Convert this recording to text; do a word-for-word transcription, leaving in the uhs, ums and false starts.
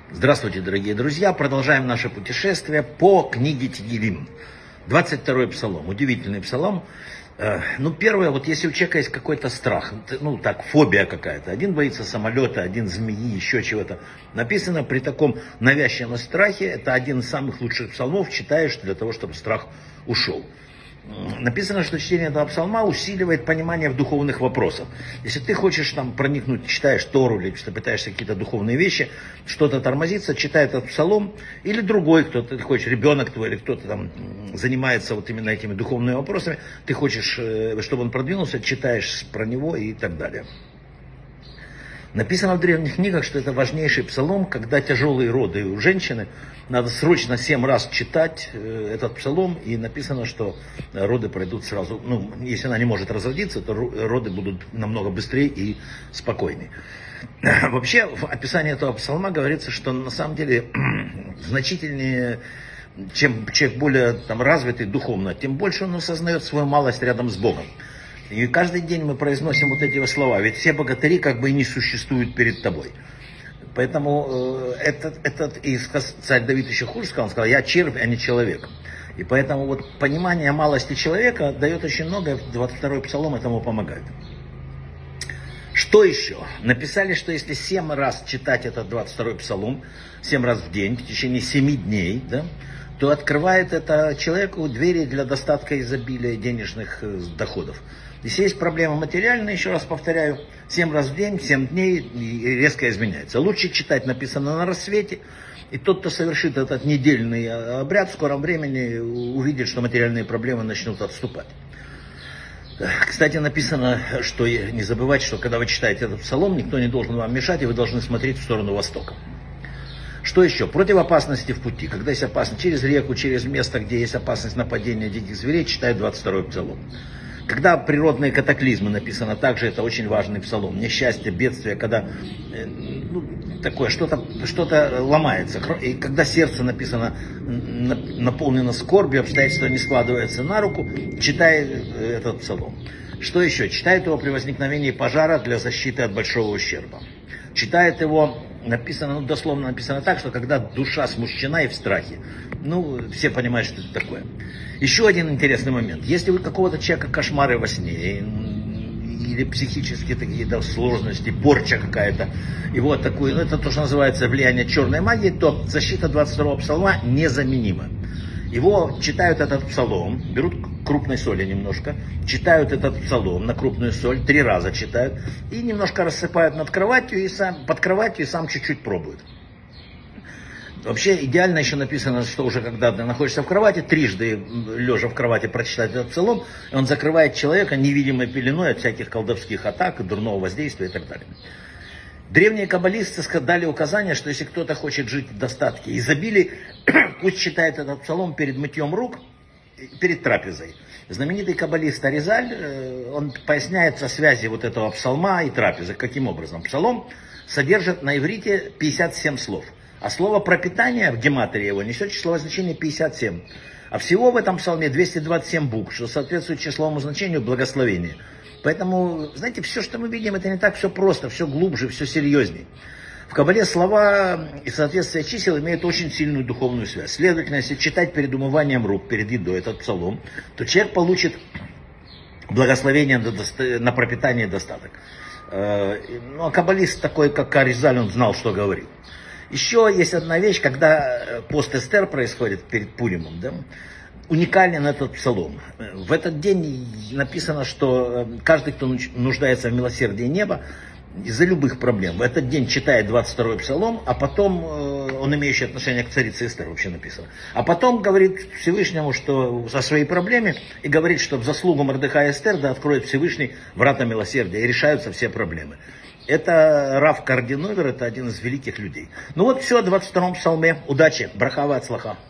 Здравствуйте, дорогие друзья! Продолжаем наше путешествие по книге Тегилим. двадцать второй псалом. Удивительный псалом. Ну, первое, вот если у человека есть какой-то страх, ну, так, фобия какая-то. Один боится самолета, один змеи, еще чего-то. Написано, при таком навязчивом страхе, это один из самых лучших псалмов, читаешь для того, чтобы страх ушел. Написано, что чтение этого псалма усиливает понимание в духовных вопросах. Если ты хочешь там проникнуть, читаешь Тору или что пытаешься какие-то духовные вещи, что-то тормозится, читай этот псалом, или другой, кто-то, ты хочешь, ребенок твой, или кто-то там занимается вот именно этими духовными вопросами, ты хочешь, чтобы он продвинулся, читаешь про него и так далее. Написано в древних книгах, что это важнейший псалом, когда тяжелые роды у женщины, надо срочно семь раз читать этот псалом, и написано, что роды пройдут сразу, ну, если она не может разродиться, то роды будут намного быстрее и спокойнее. Вообще, в описании этого псалма говорится, что на самом деле значительнее, чем человек более там, развитый духовно, тем больше он осознает свою малость рядом с Богом. И каждый день мы произносим вот эти слова, ведь все богатыри как бы и не существуют перед тобой. Поэтому э, этот, этот и царь Давид еще хуже сказал, он сказал, я червь, а не человек. И поэтому вот понимание малости человека дает очень много, двадцать второй псалом этому помогает. Что еще? Написали, что если семь раз читать этот двадцать второй псалом, семь раз в день, в течение семи дней, да, то открывает это человеку двери для достатка, изобилия денежных доходов. Если есть проблема материальная, еще раз повторяю, семь раз в день, семь дней и резко изменяется. Лучше читать написано на рассвете, и тот, кто совершит этот недельный обряд, в скором времени увидит, что материальные проблемы начнут отступать. Кстати, написано, что не забывайте, что когда вы читаете этот псалом, никто не должен вам мешать, и вы должны смотреть в сторону востока. Что еще? Против опасности в пути. Когда есть опасность через реку, через место, где есть опасность нападения диких зверей, читают двадцать второй псалом. Когда природные катаклизмы, написано также, это очень важный псалом. Несчастье, бедствие, когда э, ну, такое, что-то, что-то ломается. И когда сердце написано, наполнено скорбью, обстоятельства не складываются на руку, читай этот псалом. Что еще? Читает его при возникновении пожара для защиты от большого ущерба. Читает его, написано, ну, дословно написано так, что когда душа смущена и в страхе. Ну, все понимают, что это такое. Еще один интересный момент. Если у какого-то человека кошмары во сне, или психические какие-то сложности, порча какая-то, и вот такое, ну, это то, что называется влияние черной магии, то защита двадцать второго псалма незаменима. Его читают этот псалом, берут крупной соли немножко, читают этот псалом на крупную соль, три раза читают, и немножко рассыпают над кроватью, и сам, под кроватью, и сам чуть-чуть пробуют. Вообще идеально еще написано, что уже когда ты находишься в кровати, трижды лежа в кровати прочитать этот псалом, и он закрывает человека невидимой пеленой от всяких колдовских атак, дурного воздействия и так далее. Древние каббалисты дали указание, что если кто-то хочет жить в достатке и изобилии, пусть читает этот псалом перед мытьем рук, перед трапезой. Знаменитый каббалист Аризаль, он поясняет о связи вот этого псалма и трапезы. Каким образом? Псалом содержит на иврите пятьдесят семь слов. А слово пропитание в гематрии его несет числовое значение пятьдесят семь. А всего в этом псалме двести двадцать семь букв, что соответствует числовому значению благословения. Поэтому, знаете, все, что мы видим, это не так все просто, все глубже, все серьезнее. В Кабале слова и соответствие чисел имеют очень сильную духовную связь. Следовательно, если читать перед умыванием рук, перед едой этот псалом, то человек получит благословение на пропитание и достаток. Ну, а каббалист такой, как Аризаль, он знал, что говорит. Еще есть одна вещь, когда пост Эстер происходит перед Пуримом, да, уникален этот псалом. В этот день написано, что каждый, кто нуждается в милосердии неба, из-за любых проблем, в этот день читает двадцать второй псалом, а потом, он имеющий отношение к царице Эстер, вообще написано, а потом говорит Всевышнему, что о своей проблеме, и говорит, что в заслугу Мордехая и Эстер, да, откроет Всевышний врата милосердия, и решаются все проблемы. Это Рав Кардиновер, это один из великих людей. Ну вот все, о двадцать втором псалме. Удачи, браха ва ацлаха.